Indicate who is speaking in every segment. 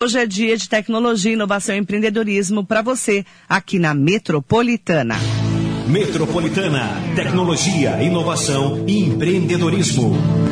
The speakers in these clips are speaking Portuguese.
Speaker 1: Hoje é dia de tecnologia, inovação e empreendedorismo para você, aqui na Metropolitana.
Speaker 2: Metropolitana, tecnologia, inovação e empreendedorismo.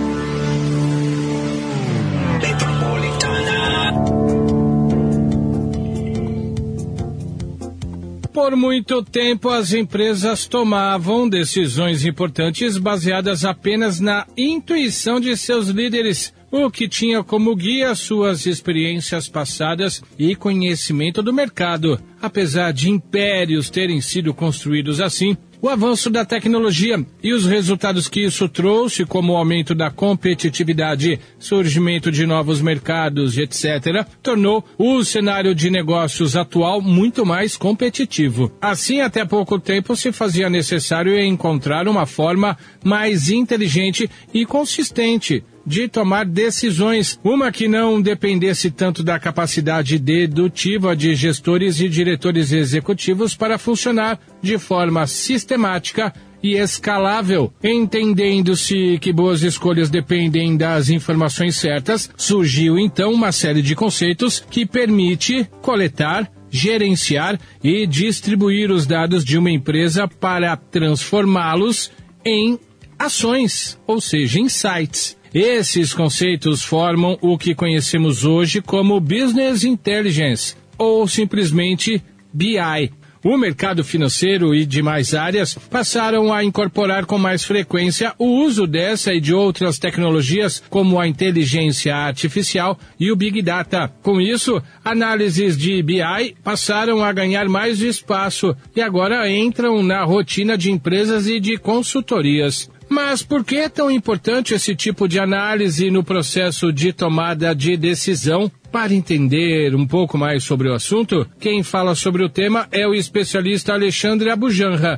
Speaker 3: Por muito tempo, as empresas tomavam decisões importantes baseadas apenas na intuição de seus líderes, o que tinha como guia suas experiências passadas e conhecimento do mercado. Apesar de impérios terem sido construídos assim, o avanço da tecnologia e os resultados que isso trouxe, como o aumento da competitividade, surgimento de novos mercados, etc., tornou o cenário de negócios atual muito mais competitivo. Assim, até pouco tempo se fazia necessário encontrar uma forma mais inteligente e consistente de tomar decisões, uma que não dependesse tanto da capacidade dedutiva de gestores e diretores executivos para funcionar de forma sistemática e escalável. Entendendo-se que boas escolhas dependem das informações certas, surgiu então uma série de conceitos que permite coletar, gerenciar e distribuir os dados de uma empresa para transformá-los em ações, ou seja, insights. Esses conceitos formam o que conhecemos hoje como Business Intelligence, ou simplesmente BI. O mercado financeiro e demais áreas passaram a incorporar com mais frequência o uso dessa e de outras tecnologias, como a inteligência artificial e o Big Data. Com isso, análises de BI passaram a ganhar mais espaço e agora entram na rotina de empresas e de consultorias. Mas por que é tão importante esse tipo de análise no processo de tomada de decisão? Para entender um pouco mais sobre o assunto, quem fala sobre o tema é o especialista Alexandre Abujanra,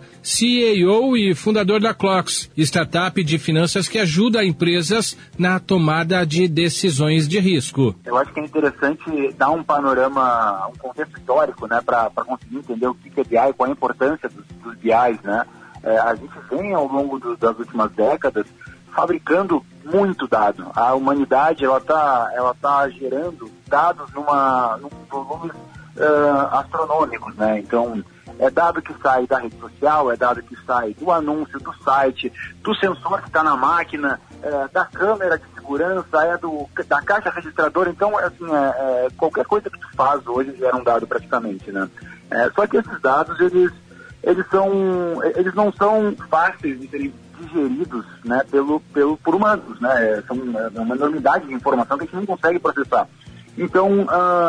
Speaker 3: CEO e fundador da Clocks, startup de finanças que ajuda empresas na tomada de decisões de risco.
Speaker 4: Eu acho que é interessante dar um panorama, um contexto histórico, né, para conseguir entender o que é BI, qual a importância dos BIs, né? A gente vem ao longo das últimas décadas fabricando muito dado. A humanidade ela tá gerando dados num volumes astronômicos, né? Então é dado que sai da rede social, é dado que sai do anúncio, do site, do sensor que está na máquina, da câmera de segurança, da caixa registradora. Então assim, qualquer coisa que tu faz hoje gera um dado praticamente, né? Só que esses dados eles não são fáceis de serem digeridos, né, por humanos, né? São uma enormidade de informação que a gente não consegue processar. Então,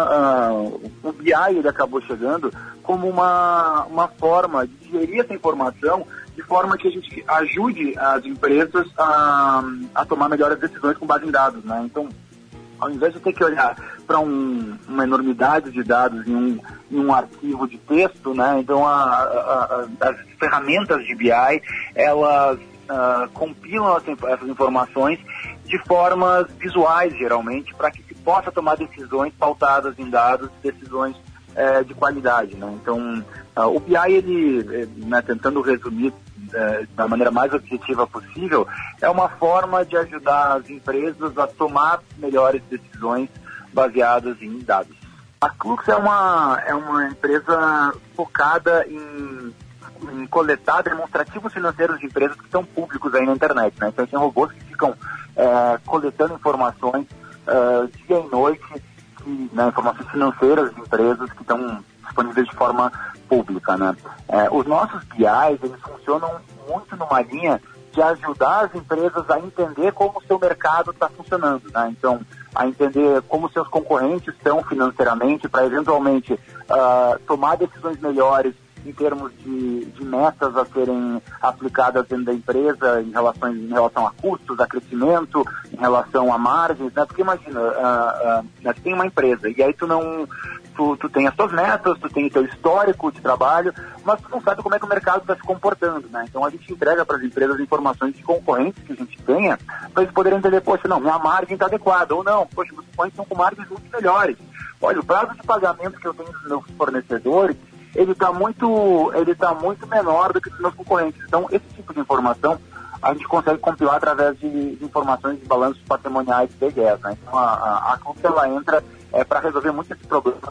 Speaker 4: o BI ele acabou chegando como uma forma de digerir essa informação de forma que a gente ajude as empresas a tomar melhores decisões com base em dados, né? Então, ao invés de ter que olhar para uma enormidade de dados em um arquivo de texto, né? Então as ferramentas de BI, elas compilam essas informações de formas visuais, geralmente, para que se possa tomar decisões pautadas em dados, decisões de qualidade, né? Então, o BI, ele, né, tentando resumir da maneira mais objetiva possível, é uma forma de ajudar as empresas a tomar melhores decisões baseadas em dados. A Clocks é uma empresa focada em coletar demonstrativos financeiros de empresas que estão públicos aí na internet, né? Então tem robôs que ficam coletando informações dia e noite, né, informações financeiras de empresas que estão disponíveis de forma pública, né? Os nossos BIs, eles funcionam muito numa linha de ajudar as empresas a entender como o seu mercado está funcionando, né? Então, a entender como seus concorrentes estão financeiramente para eventualmente tomar decisões melhores em termos de metas a serem aplicadas dentro da empresa em relação a custos, a crescimento, em relação a margens, né? Porque imagina, tu tem uma empresa e aí tu tem as tuas metas, tu tem o teu histórico de trabalho, mas tu não sabe como é que o mercado está se comportando, né? Então a gente entrega para as empresas informações de concorrentes que a gente tenha, para eles poderem entender, poxa, não, minha margem está adequada, ou não, poxa, meus concorrentes estão com margens muito melhores. Olha, o prazo de pagamento que eu tenho dos meus fornecedores, ele está muito menor do que dos meus concorrentes. Então, esse tipo de informação a gente consegue compilar através de informações de balanços patrimoniais de BGS, né? Então, a Clocks, ela entra para resolver muito esse problema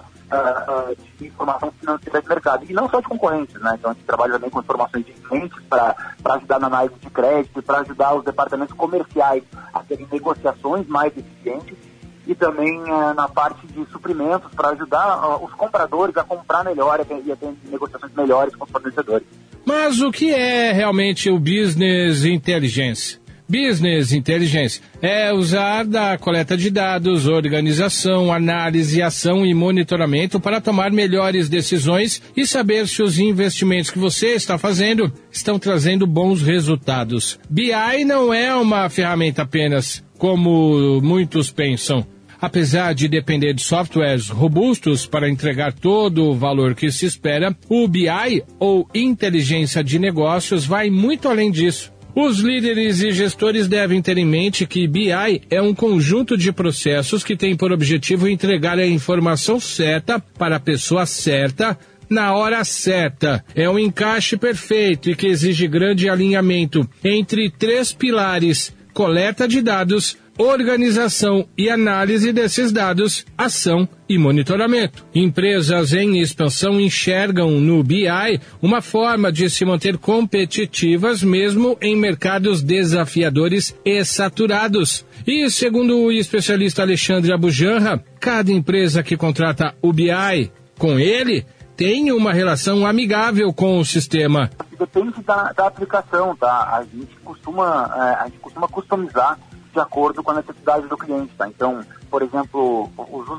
Speaker 4: de informação financeira de mercado. E não só de concorrentes, né? Então a gente trabalha também com informações de clientes para ajudar na análise de crédito, para ajudar os departamentos comerciais a terem negociações mais eficientes e também na parte de suprimentos para ajudar os compradores a comprar melhor e a ter negociações melhores com os fornecedores.
Speaker 3: Mas o que é realmente o Business Intelligence? Business Intelligence é usar da coleta de dados, organização, análise, ação e monitoramento para tomar melhores decisões e saber se os investimentos que você está fazendo estão trazendo bons resultados. BI não é uma ferramenta apenas, como muitos pensam. Apesar de depender de softwares robustos para entregar todo o valor que se espera, o BI, ou inteligência de negócios, vai muito além disso. Os líderes e gestores devem ter em mente que BI é um conjunto de processos que tem por objetivo entregar a informação certa para a pessoa certa, na hora certa. É um encaixe perfeito e que exige grande alinhamento entre 3 pilares: coleta de dados, organização e análise desses dados, ação e monitoramento. Empresas em expansão enxergam no BI uma forma de se manter competitivas mesmo em mercados desafiadores e saturados. E segundo o especialista Alexandre Abujanra, cada empresa que contrata o BI com ele tem uma relação amigável com o sistema.
Speaker 4: Depende da aplicação, tá? A gente costuma customizar de acordo com a necessidade do cliente, tá? Então, por exemplo,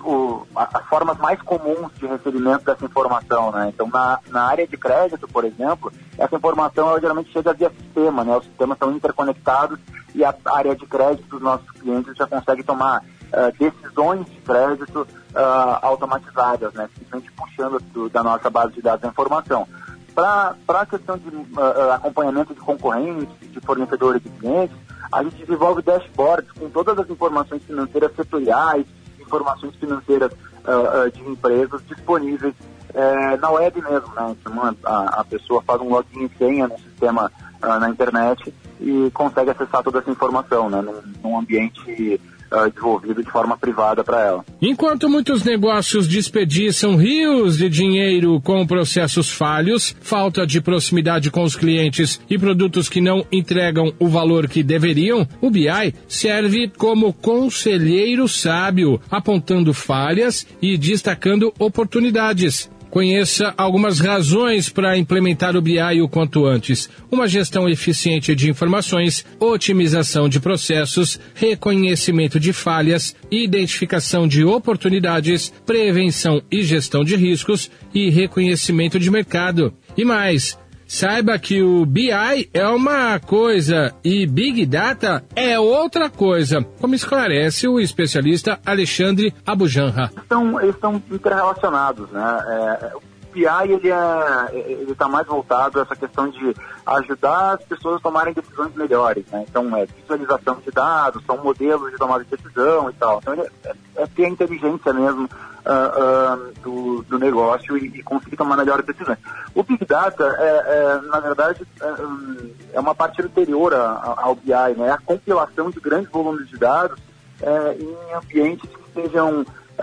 Speaker 4: as formas mais comuns de recebimento dessa informação, né? Então, na área de crédito, por exemplo, essa informação ela geralmente chega via sistema, né? Os sistemas são interconectados e a área de crédito dos nossos clientes já consegue tomar decisões de crédito automatizadas, né? Simplesmente puxando da nossa base de dados a informação. Para a questão de acompanhamento de concorrentes, de fornecedores e clientes, a gente desenvolve dashboards com todas as informações financeiras setoriais, informações financeiras de empresas disponíveis na web mesmo, né? Então, a pessoa faz um login e senha no sistema na internet e consegue acessar toda essa informação, né? Num ambiente desenvolvido de forma privada para ela.
Speaker 3: Enquanto muitos negócios desperdiçam rios de dinheiro com processos falhos, falta de proximidade com os clientes e produtos que não entregam o valor que deveriam, o BI serve como conselheiro sábio, apontando falhas e destacando oportunidades. Conheça algumas razões para implementar o BI o quanto antes. Uma gestão eficiente de informações, otimização de processos, reconhecimento de falhas, identificação de oportunidades, prevenção e gestão de riscos e reconhecimento de mercado. E mais, saiba que o BI é uma coisa e Big Data é outra coisa, como esclarece o especialista Alexandre Abujanra.
Speaker 4: Eles estão interrelacionados, né? O BI ele está mais voltado a essa questão de ajudar as pessoas a tomarem decisões melhores, né? Então, visualização de dados, são modelos de tomada de decisão e tal. Então, é ter a inteligência mesmo do negócio e conseguir tomar melhores decisões. O Big Data, na verdade, é uma parte anterior ao BI, né? É a compilação de grandes volumes de dados em ambientes que sejam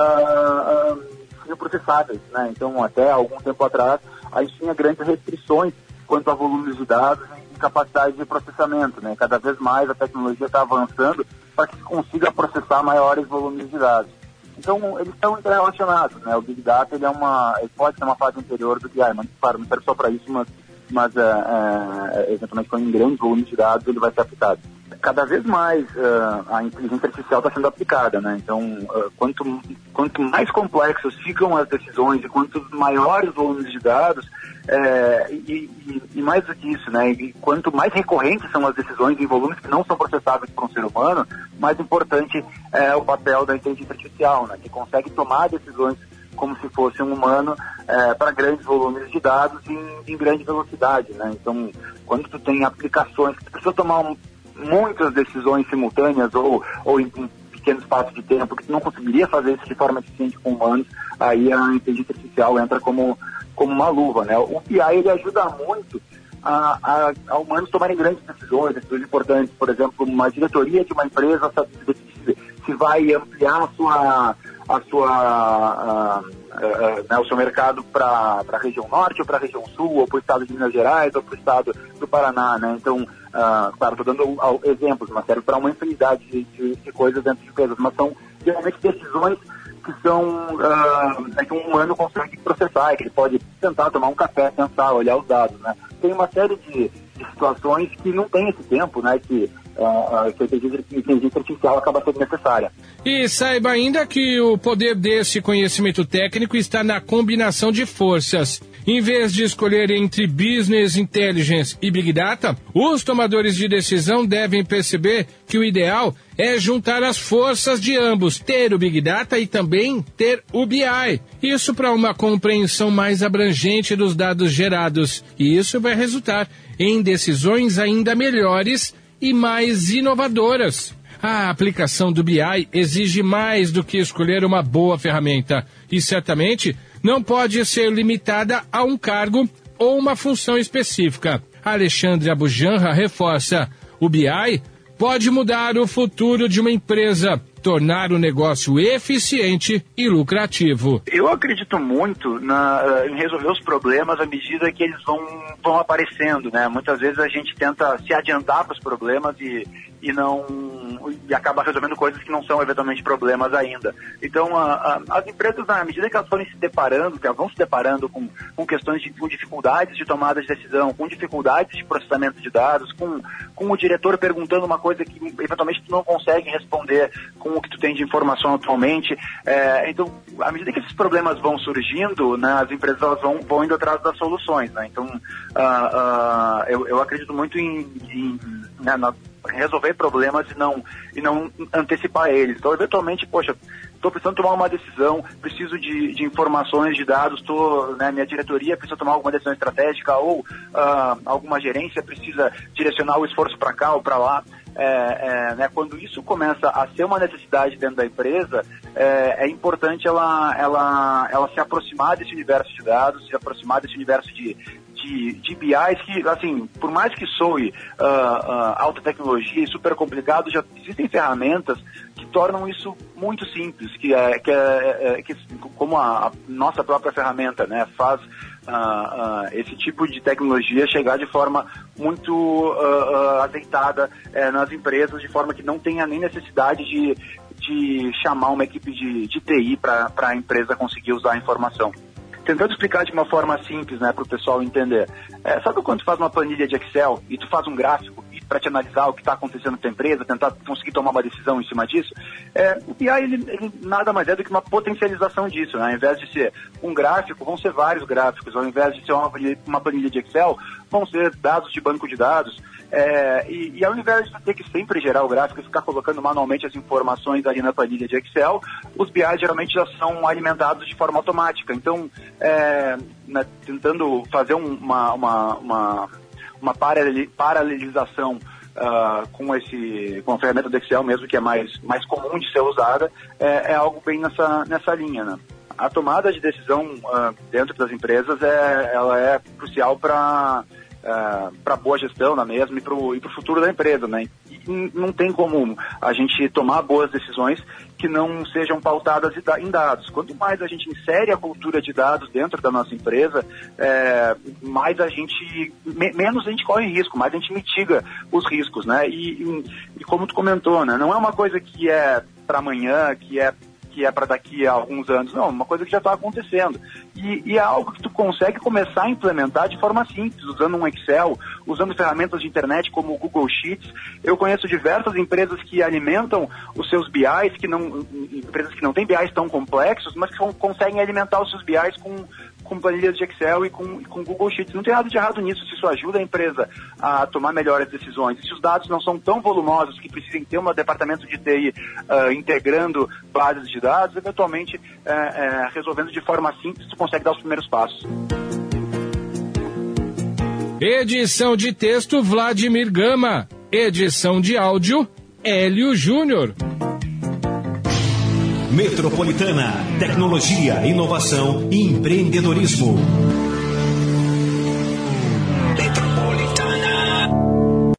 Speaker 4: processáveis, né? Então, até algum tempo atrás, a gente tinha grandes restrições quanto a volumes de dados e capacidade de processamento, né? Cada vez mais a tecnologia está avançando para que se consiga processar maiores volumes de dados. Então, eles estão interrelacionados, né? O Big Data, ele pode ser uma fase anterior do BI, mas, claro, não serve só para isso, mas eventualmente, quando em grandes volumes de dados, ele vai ser aplicado. Cada vez mais a inteligência artificial está sendo aplicada, né? Então, quanto mais complexas ficam as decisões e quanto maiores volumes de dados, e mais do que isso, né? E quanto mais recorrentes são as decisões em volumes que não são processados por um ser humano, mais importante é o papel da inteligência artificial, né? Que consegue tomar decisões como se fosse um humano para grandes volumes de dados em grande velocidade, né? Então, quando tu tem aplicações que precisam tomar muitas decisões simultâneas ou em pequeno espaço de tempo, que tu não conseguiria fazer isso de forma eficiente com humanos, aí a inteligência artificial entra como uma luva, né? O BI, ele ajuda muito a humanos tomarem grandes decisões importantes. Por exemplo, uma diretoria de uma empresa sabe decidir se vai ampliar o seu mercado para a região norte, ou para a região sul, ou para o estado de Minas Gerais, ou para o estado do Paraná, né? Então, claro, estou dando exemplos, mas serve para uma infinidade de coisas dentro de empresas, mas são geralmente decisões que são que um humano consegue processar, que ele pode sentar, tomar um café, pensar, olhar os dados, né? Tem uma série de situações que não tem esse tempo, né? Que a inteligência artificial acaba sendo necessária.
Speaker 3: E saiba ainda que o poder desse conhecimento técnico está na combinação de forças. Em vez de escolher entre Business Intelligence e Big Data, os tomadores de decisão devem perceber que o ideal é juntar as forças de ambos, ter o Big Data e também ter o BI. Isso para uma compreensão mais abrangente dos dados gerados. E isso vai resultar em decisões ainda melhores e mais inovadoras. A aplicação do BI exige mais do que escolher uma boa ferramenta e certamente não pode ser limitada a um cargo ou uma função específica. Alexandre Abujanra reforça: o BI pode mudar o futuro de uma empresa, tornar o negócio eficiente e lucrativo.
Speaker 4: Eu acredito muito em resolver os problemas à medida que eles vão aparecendo, né? Muitas vezes a gente tenta se adiantar para os problemas e acaba resolvendo coisas que não são eventualmente problemas ainda. Então, as empresas, na medida que elas forem se deparando, que elas vão se deparando com questões com dificuldades de tomada de decisão, com dificuldades de processamento de dados, com o diretor perguntando uma coisa que eventualmente tu não consegue responder com o que tu tem de informação atualmente. Então, à medida que esses problemas vão surgindo, né, as empresas elas vão indo atrás das soluções, né? Então, eu acredito muito em resolver problemas e não antecipar eles. Então, eventualmente, estou precisando tomar uma decisão, preciso de informações, de dados, minha diretoria precisa tomar alguma decisão estratégica ou alguma gerência precisa direcionar o esforço para cá ou para lá. Quando isso começa a ser uma necessidade dentro da empresa, é importante ela se aproximar desse universo de dados, se aproximar desse universo de BIs que, assim, por mais que soe alta tecnologia e super complicado, já existem ferramentas que tornam isso muito simples, que como a nossa própria ferramenta, né, faz esse tipo de tecnologia chegar de forma muito azeitada nas empresas, de forma que não tenha nem necessidade de chamar uma equipe de TI para a empresa conseguir usar a informação. Tentando explicar de uma forma simples, né, para o pessoal entender. Sabe quando tu faz uma planilha de Excel e tu faz um gráfico para te analisar o que está acontecendo na tua empresa, tentar conseguir tomar uma decisão em cima disso? O BI ele nada mais é do que uma potencialização disso, né? Ao invés de ser um gráfico, vão ser vários gráficos. Ao invés de ser uma planilha de Excel, vão ser dados de banco de dados. E ao invés de ter que sempre gerar o gráfico e ficar colocando manualmente as informações ali na planilha de Excel, os BI geralmente já são alimentados de forma automática. Então, tentando fazer uma paralelização com a ferramenta do Excel mesmo, que é mais comum de ser usada, é algo bem nessa linha, né? A tomada de decisão dentro das empresas ela é crucial para boa gestão na mesma e para o futuro da empresa, né? E não tem como a gente tomar boas decisões que não sejam pautadas em dados. Quanto mais a gente insere a cultura de dados dentro da nossa empresa, menos a gente corre risco, mais a gente mitiga os riscos, né? E como tu comentou, né? Não é uma coisa que é para amanhã, que é para daqui a alguns anos. Não, uma coisa que já está acontecendo. E é algo que tu consegue começar a implementar de forma simples, usando um Excel, usando ferramentas de internet como o Google Sheets. Eu conheço diversas empresas que alimentam os seus BIs, empresas que não têm BIs tão complexos, mas que conseguem alimentar os seus BIs com planilhas de Excel e com Google Sheets. Não tem nada de errado nisso, se isso ajuda a empresa a tomar melhores decisões. E se os dados não são tão volumosos que precisem ter um departamento de TI integrando bases de dados, eventualmente resolvendo de forma simples, tu consegue dar os primeiros passos.
Speaker 3: Edição de texto Vladimir Gama. Edição de áudio Hélio Júnior.
Speaker 2: Metropolitana, tecnologia, inovação e empreendedorismo.